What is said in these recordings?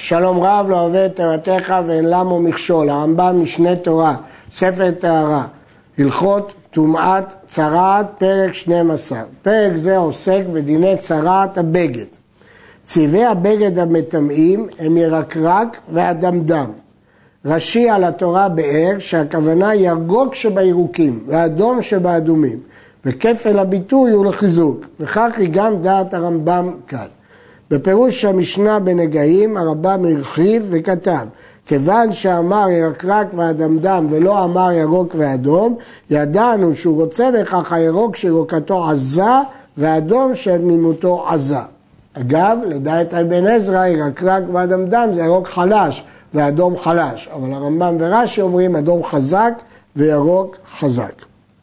שלום רב לא אוהב את תורתך ואין למו מכשול. הרמב"ם משנה תורה, ספר טהרה, הלכות טומאת צרעת, פרק 12. פרק זה עוסק בדיני צרעת הבגד. צבעי הבגד המטמאים הם ירקרק ואדמדם. ראשי על התורה באר שהכוונה ירוק שבירוקים ואדום שבאדומים, וכפל הביטוי הוא לחיזוק, וכך היא גם דעת הרמב"ם כאן. בפירוש המשנה בנגעים הרמב"ם הרחיב וכתב, כיוון שאמר ירקרק ואדמדם ולא אמר ירוק ואדום, ידענו שהוא רוצה בכך הירוק שירוקתו עזה והאדום שתמימותו עזה. אגב, לדעת אבן עזרא, ירקרק ואדמדם זה ירוק חלש ואדום חלש, אבל הרמב"ם ורש"י אומרים אדום חזק וירוק חזק.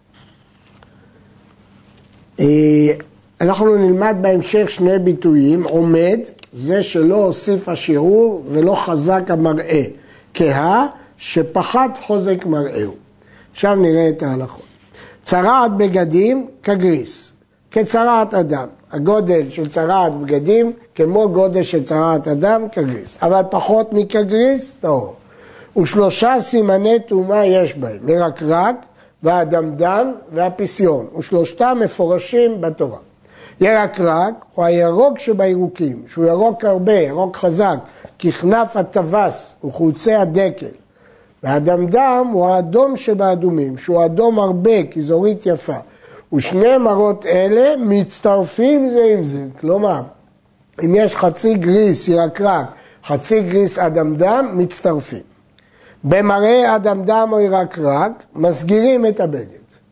אנחנו נלמד בהמשך שני ביטויים. עומד, זה שלא הוסיף השיעור ולא חזק המראה, כהה שפחת חוזק מראהו. עכשיו נראה את ההלכות. צרעת בגדים כגריס, כצרעת אדם. הגודל של צרעת בגדים כמו גודל של צרעת אדם כגריס, אבל פחות מכגריס טהור. ושלושה סימני טומאה יש בהם, ירקרק והאדמדם והפסיון, ושלושתם מפורשים בתורה. ירקרק הוא הירוק שבירוקים, שהוא ירוק הרבה, ירוק חזק, ככנף הטווס וחוצי הדקל. והאדמדם הוא האדום שבאדומים, שהוא אדום הרבה, כזורית יפה. ושני מראות אלה מצטרפים זה עם זה, כלומר, אם יש חצי גריס ירקרק, חצי גריס אדמדם, מצטרפים. במראה אדמדם או ירקרק, מסגירים את הבגד.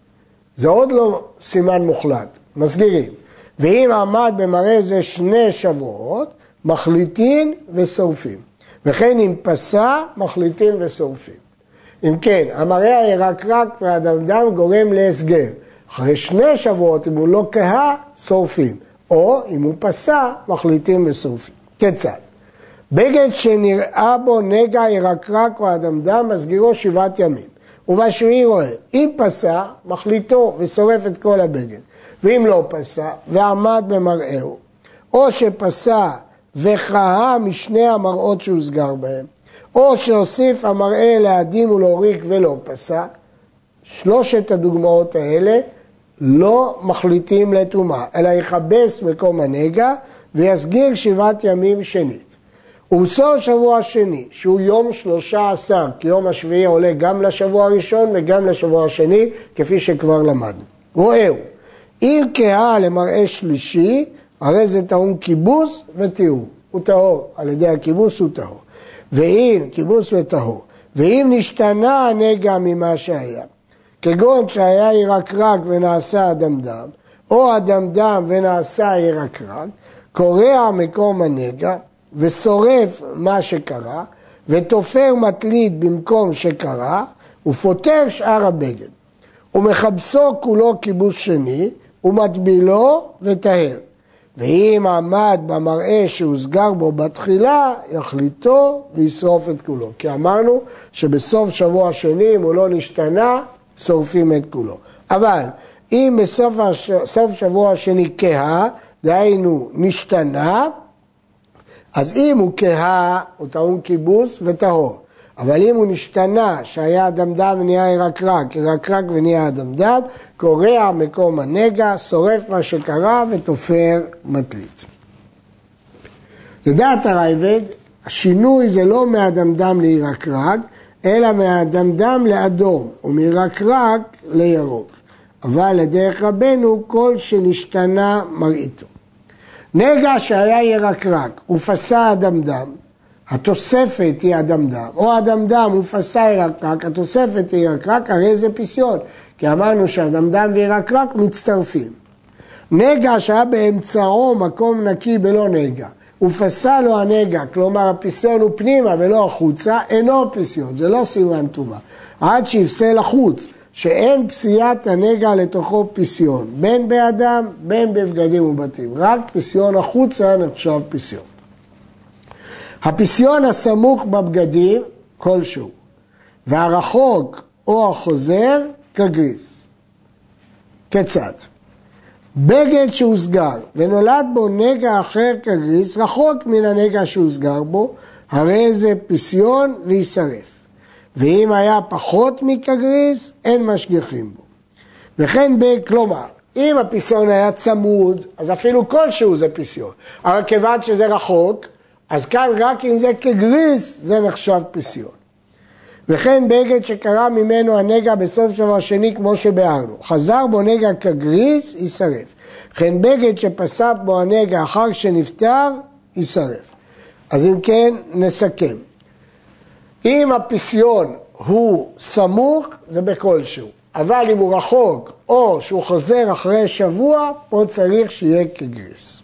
זה עוד לא סימן מוחלט, מסגירים. ואם עמד במראה זה 2 שבועות, מחליטים ושורפים. וכן אם פסע, מחליטים ושורפים. אם כן, המראה הירקרק והאדמדם גורם להסגר. אחרי 2 שבועות, אם הוא לא כהה, שורפים. או אם הוא פסע, מחליטים ושורפים. כיצד? בגד שנראה בו נגע ירקרק או אדמדם, מסגירו 7 ימים. ובשביעי רואה, אם פסע, מחליטו ושורף את כל הבגד. ואם לא פסע ועמד במראהו, או שפסע וכהה משני המראות שהוסגר בהם, או שהוסיף המראה להדים ולהוריק ולא פסע, 3 הדוגמאות האלה לא מחליטים לטומאה, אלא יכבס מקום הנגע ויסגיר 7 ימים שנית. ובסוף שבוע שני, שהוא יום 13, כי יום השביעי עולה גם לשבוע הראשון וגם לשבוע השני, כפי שכבר למדנו. רואהו, אם כהה למראה שלישי, הרי זה טעון כיבוס וטיהור. הוא טהור, על ידי הכיבוס הוא טהור. ואם, כיבוס וטהור, ואם נשתנה הנגע ממה שהיה, כגון שהיה ירקרק ונעשה אדמדם, או אדמדם ונעשה ירקרק, קורע מקום הנגע ושורף מה שקרה, ותופר מטליד במקום שקרה, ופותר שאר הבגד. ומחבסו כולו כיבוס שני, ומטבילו וטהר. ואם עמד במראה שהוסגר בו בתחילה, יחליטו וישרוף את כולו. כי אמרנו שבסוף שבוע שני, אם הוא לא נשתנה, שורפים את כולו. אבל אם בסוף שבוע שני כהה, דהיינו נשתנה, אז אם הוא כהה, הוא טעון כיבוס וטהור. אבל אם הוא נשתנה, שהיה אדמדם ונהיה ירקרק, ירקרק ונהיה אדמדם, קורע מקום הנגע, שורף מה שקרה ותופר מטלית. לדעת הרייבד, השינוי זה לא מאדמדם לירקרק, אלא מאדמדם לאדום, ומירקרק לירוק. אבל לדרך רבנו, כל שנשתנה מראיתו. נגע שהיה ירקרק ופסע אדמדם, התוספת היא אדמדם, או אדמדם ופסע ירקרק, התוספת היא ירקרק, הרי זה פסיון, כי אמרנו שאדמדם וירקרק מצטרפים. נגע שהיה באמצעו מקום נקי בלא נגע, ופסע לו הנגע, כלומר הפסיון הוא פנימה ולא החוצה, אינו פסיון, זה לא סימן טומאה, עד שיפסה לחוץ, שאין פסיעת הנגע לתוכו פסיון, בין באדם, בין בבגדים ובתים, רק פסיון החוצה נחשב פסיון. הפסיון הסמוך בבגדים כלשהו, והרחוק או החוזר כגריס. כיצד? בגד שהוסגר ונולד בו נגע אחר כגריס, רחוק מן הנגע שהוסגר בו, הרי זה פסיון וישרף. ואם היה פחות מכגריס, אין משגיחים בו. וכן כלומר, אם הפסיון היה צמוד, אז אפילו כלשהו זה פסיון. אבל כיוון שזה רחוק, אז כאן רק אם זה כגריס, זה נחשב פסיון. וכן בגד שקרה ממנו הנגע בסוף שבוע שני כמו שבארנו. חזר בו נגע כגריס, יישרף. וכן בגד שפסק בו הנגע אחר שנפטר, יישרף. אז אם כן, נסכם. אם הפסיון הוא סמוך, זה בכלשהו. אבל אם הוא רחוק, או שהוא חוזר אחרי שבוע, פה צריך שיהיה כגריס.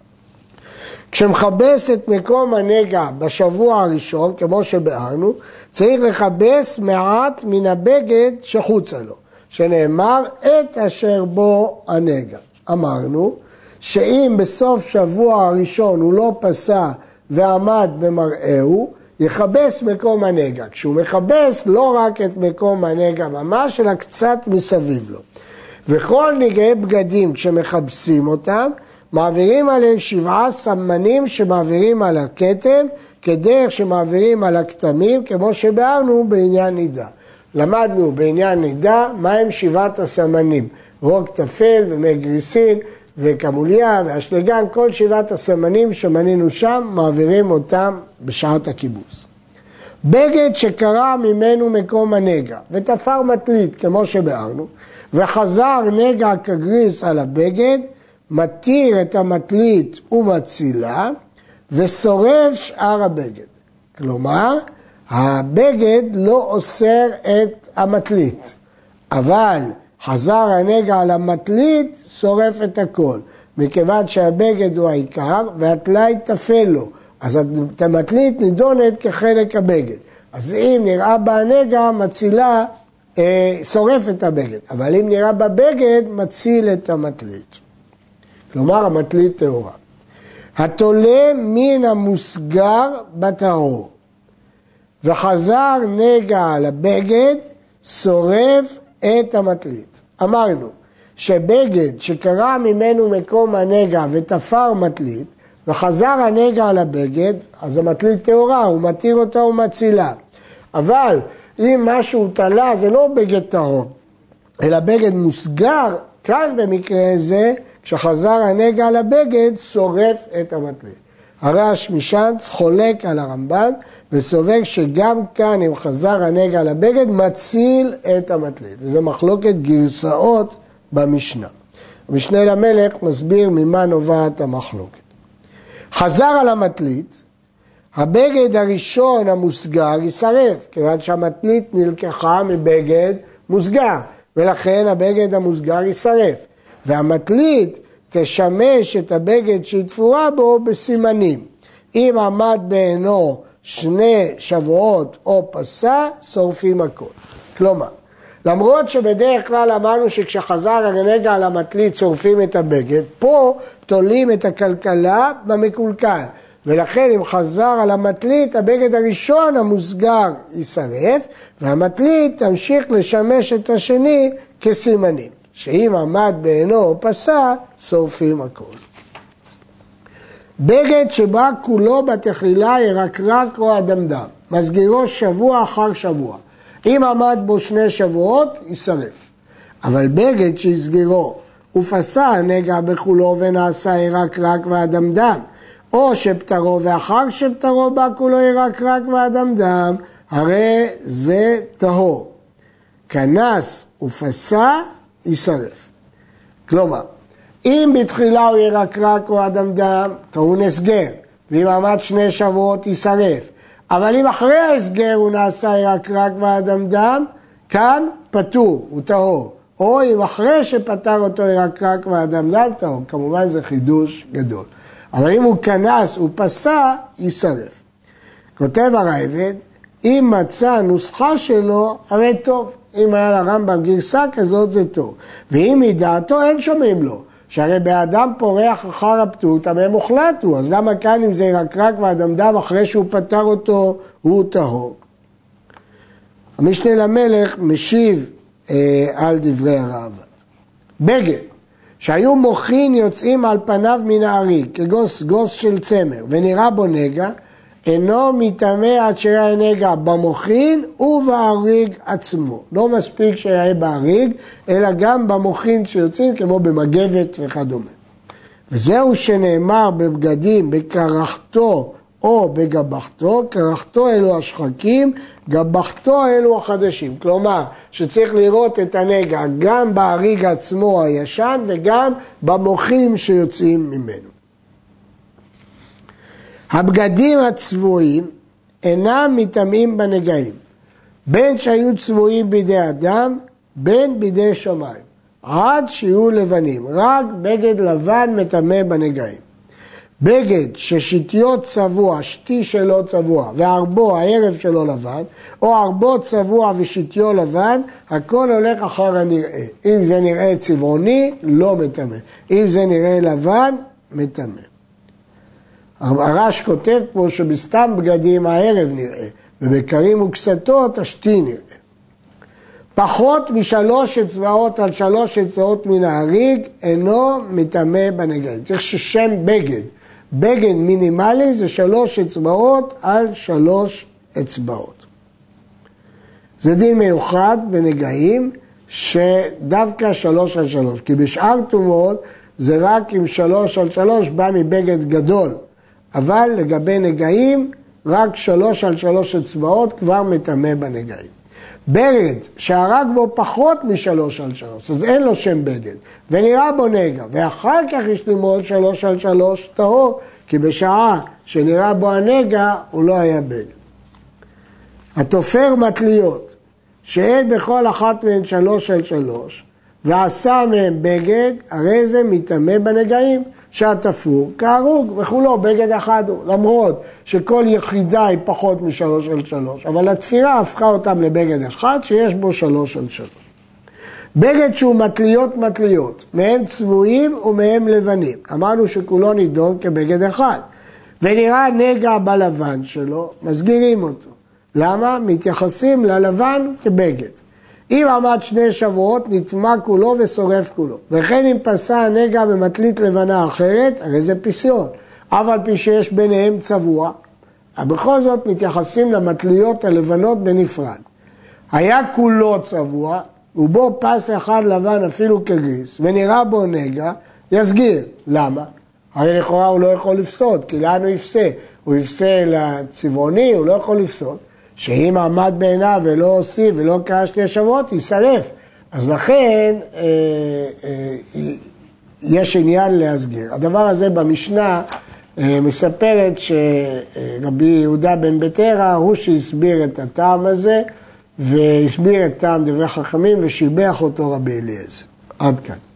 כשמחבס את מקום הנגע בשבוע הראשון, כמו שבארנו, צריך לחבס מעט מן הבגד שחוצה לו, שנאמר את אשר בו הנגע. אמרנו שאם בסוף שבוע הראשון הוא לא פסע ועמד במראהו, יחבס מקום הנגע. כשהוא מחבס לא רק את מקום הנגע ממש, אלא קצת מסביב לו. וכל נגעי בגדים כשמחבסים אותם, מעבירים עליהם 7 סמנים שמעבירים על הכתם, כדרך שמעבירים על הכתמים, כמו שבארנו בעניין נידה. למדנו בעניין נידה מהם 7 הסמנים, רוג תפל ומי גריסין וכמוליה ואשלגן, כל 7 הסמנים שמנינו שם, מעבירים אותם בשעת הכיבוס. בגד שקרה ממנו מקום הנגע ותפר מטלית, כמו שבארנו, וחזר נגע כגריס על הבגד, מתיר את המטלית ומצילה, ושורף שאר הבגד. כלומר, הבגד לא אוסר את המטלית, אבל חזר הנגע על המטלית, שורף את הכל. מכיוון שהבגד הוא העיקר, והטלאי תפל לו. אז המטלית נידונת כחלק הבגד. אז אם נראה בה הנגע, מצילה, שורף את הבגד. אבל אם נראה בבגד, מציל את המטלית. כלומר, המטלית טהורה. התולה מן המוסגר בטהור, וחזר נגע על הבגד, שורף את המטלית. אמרנו שבגד שקרה ממנו מקום הנגע ותפר מטלית, וחזר הנגע על הבגד, אז המטלית טהורה, הוא מתיר אותה ומצילה. אבל אם משהו תלה, זה לא בגד טהור, אלא בגד מוסגר, כאן במקרה זה, כשחזר הנגע על הבגד, שורף את המטלית. הרש משנץ חולק על הרמב"ם, וסובר שגם כאן, אם חזר הנגע על הבגד, מציל את המטלית. וזה מחלוקת גרסאות במשנה. המשנה למלך מסביר ממה נובעת המחלוקת. חזר על המטלית, הבגד הראשון המוסגר יישרף, כיוון שהמטלית נלקחה מבגד מוסגר, ולכן הבגד המוסגר יישרף. והמטלית תשמש את הבגד שהיא תפורה בו בסימנים. אם עמד בעינו 2 שבועות או פסע, שורפים הכל. כלומר, למרות שבדרך כלל אמרנו שכשחזר הנגע על המטלית שורפים את הבגד, פה תולים את הכלכלה במקולקל. ולכן אם חזר על המטלית, הבגד הראשון המוסגר יישרף, והמטלית תמשיך לשמש את השני כסימנים. שאם עמד בעינו או פסע, שורפים הכל. בגד שבא כולו בתחילה ירקרק או אדמדם, מסגירו שבוע אחר שבוע. אם עמד בו 2 שבועות, יישרף. אבל בגד שהסגירו ופסע הנגע בכולו ונעשה ירקרק ואדמדם, או שפטרו ואחר שפטרו בא כולו ירקרק ואדמדם, הרי זה טהור. כנס ופסע, יישרף. כלומר, אם בתחילה הוא ירקרק או אדמדם, טעון הסגר, ואם עמד 2 שבועות יישרף. אבל אם אחרי ההסגר הוא נעשה ירקרק ואדמדם, כאן פטור, הוא טהור. או אם אחרי שפטר אותו ירקרק ואדמדם, טהור. כמובן זה חידוש גדול. אבל אם הוא כנס ופסע, יישרף. כותב הרייבד, אם מצא נוסחה שלו, הרי טוב. אם היה לרמב"ם גרסה כזאת זה טוב. ואם מדעתו אין שומעים לו. שהרי באדם פורח אחר הפטור, טמא מוחלט הוא. אז למה כאן אם זה ירקרק ואדמדם אחרי שהוא פטר אותו, הוא טהור. המשנה למלך משיב על דברי הרב. בגד שהיו מוחין יוצאים על פניו מן הארי, כגוס גוס של צמר, ונראה בו נגע, אינו מטמא עד שיראה נגע במוחין ובאריג עצמו. לא מספיק שיראה באריג, אלא גם במוחין שיוצאים כמו במגבת וכדומה. וזהו שנאמר בבגדים בקרחתו או בגבחתו, קרחתו אלו השחקים, גבחתו אלו החדשים. כלומר, שצריך לראות את הנגע גם באריג עצמו הישן וגם במוחים שיוצאים ממנו. הבגדים הצבועים אינם מטמאים בנגעים, בין שהיו צבועים בידי אדם, בין בידי שמיים, עד שיהיו לבנים. רק בגד לבן מטמא בנגעים. בגד ששתיו צבוע, שתי שלו צבוע, וערבו, הערב שלו לבן, או ערבו צבוע ושתיו לבן, הכל הולך אחר הנראה. אם זה נראה צבעוני, לא מטמא. אם זה נראה לבן, מטמא. הרש כותב פה שבסתם בגדים הערב נראה, ובקרים וקסתות השתי נראה. פחות משלוש אצבעות על שלוש אצבעות מן האריג, אינו מטמא בנגעים. צריך ששם בגד. בגד מינימלי זה 3 אצבעות על 3 אצבעות. זה דין מיוחד בנגעים שדווקא 3 על 3, כי בשאר תומות זה רק עם 3 על 3 בא מבגד גדול, אבל לגבי נגעים רק 3 על 3 אצבעות כבר מטמא בנגעים. בגד שהרג בו פחות מ3 על 3, אז אין לו שם בגד, ונראה בו נגע, ואחר כך יש ללמוד 3 על 3 טהור, כי בשעה שנראה בו הנגע הוא לא היה בגד. התופר מטליות, שאין בכל אחת מהן 3 על 3, ועשה מהם בגד, הרי זה מטמא בנגעים, שהתפור כהרוג וכולו, בגד אחד הוא, למרות שכל יחידה היא פחות מ3 על 3, אבל התפירה הפכה אותם לבגד אחד שיש בו 3 על 3. בגד שהוא מטליות, מהם צבועים ומהם לבנים. אמרנו שכולו נידון כבגד אחד, ונראה נגע בלבן שלו, מסגירים אותו. למה? מתייחסים ללבן כבגד. אם עמד 2 שבועות, נטמא כולו ושורף כולו. וכן אם פסע הנגע במטלית לבנה אחרת, הרי זה פיסיון. אף על פי שיש ביניהם צבוע, בכל זאת מתייחסים למטליות הלבנות בנפרד. היה כולו צבוע, ובו פס אחד לבן אפילו כגריס, ונראה בו נגע, יסגיר. למה? הרי לכאורה הוא לא יכול לפסוד, כי לאן הוא יפסה? הוא יפסה לצבעוני, הוא לא יכול לפסוד. שאם עמד בעיניו ולא הוסיף ולא קרא 2 שבועות, יישרף. אז לכן יש עניין להסגיר. הדבר הזה במשנה מספרת שרבי יהודה בן ביתרא הוא שהסביר את הטעם הזה, והסביר את טעם דברי חכמים ושיבח אותו רבי אליעזר. עד כאן.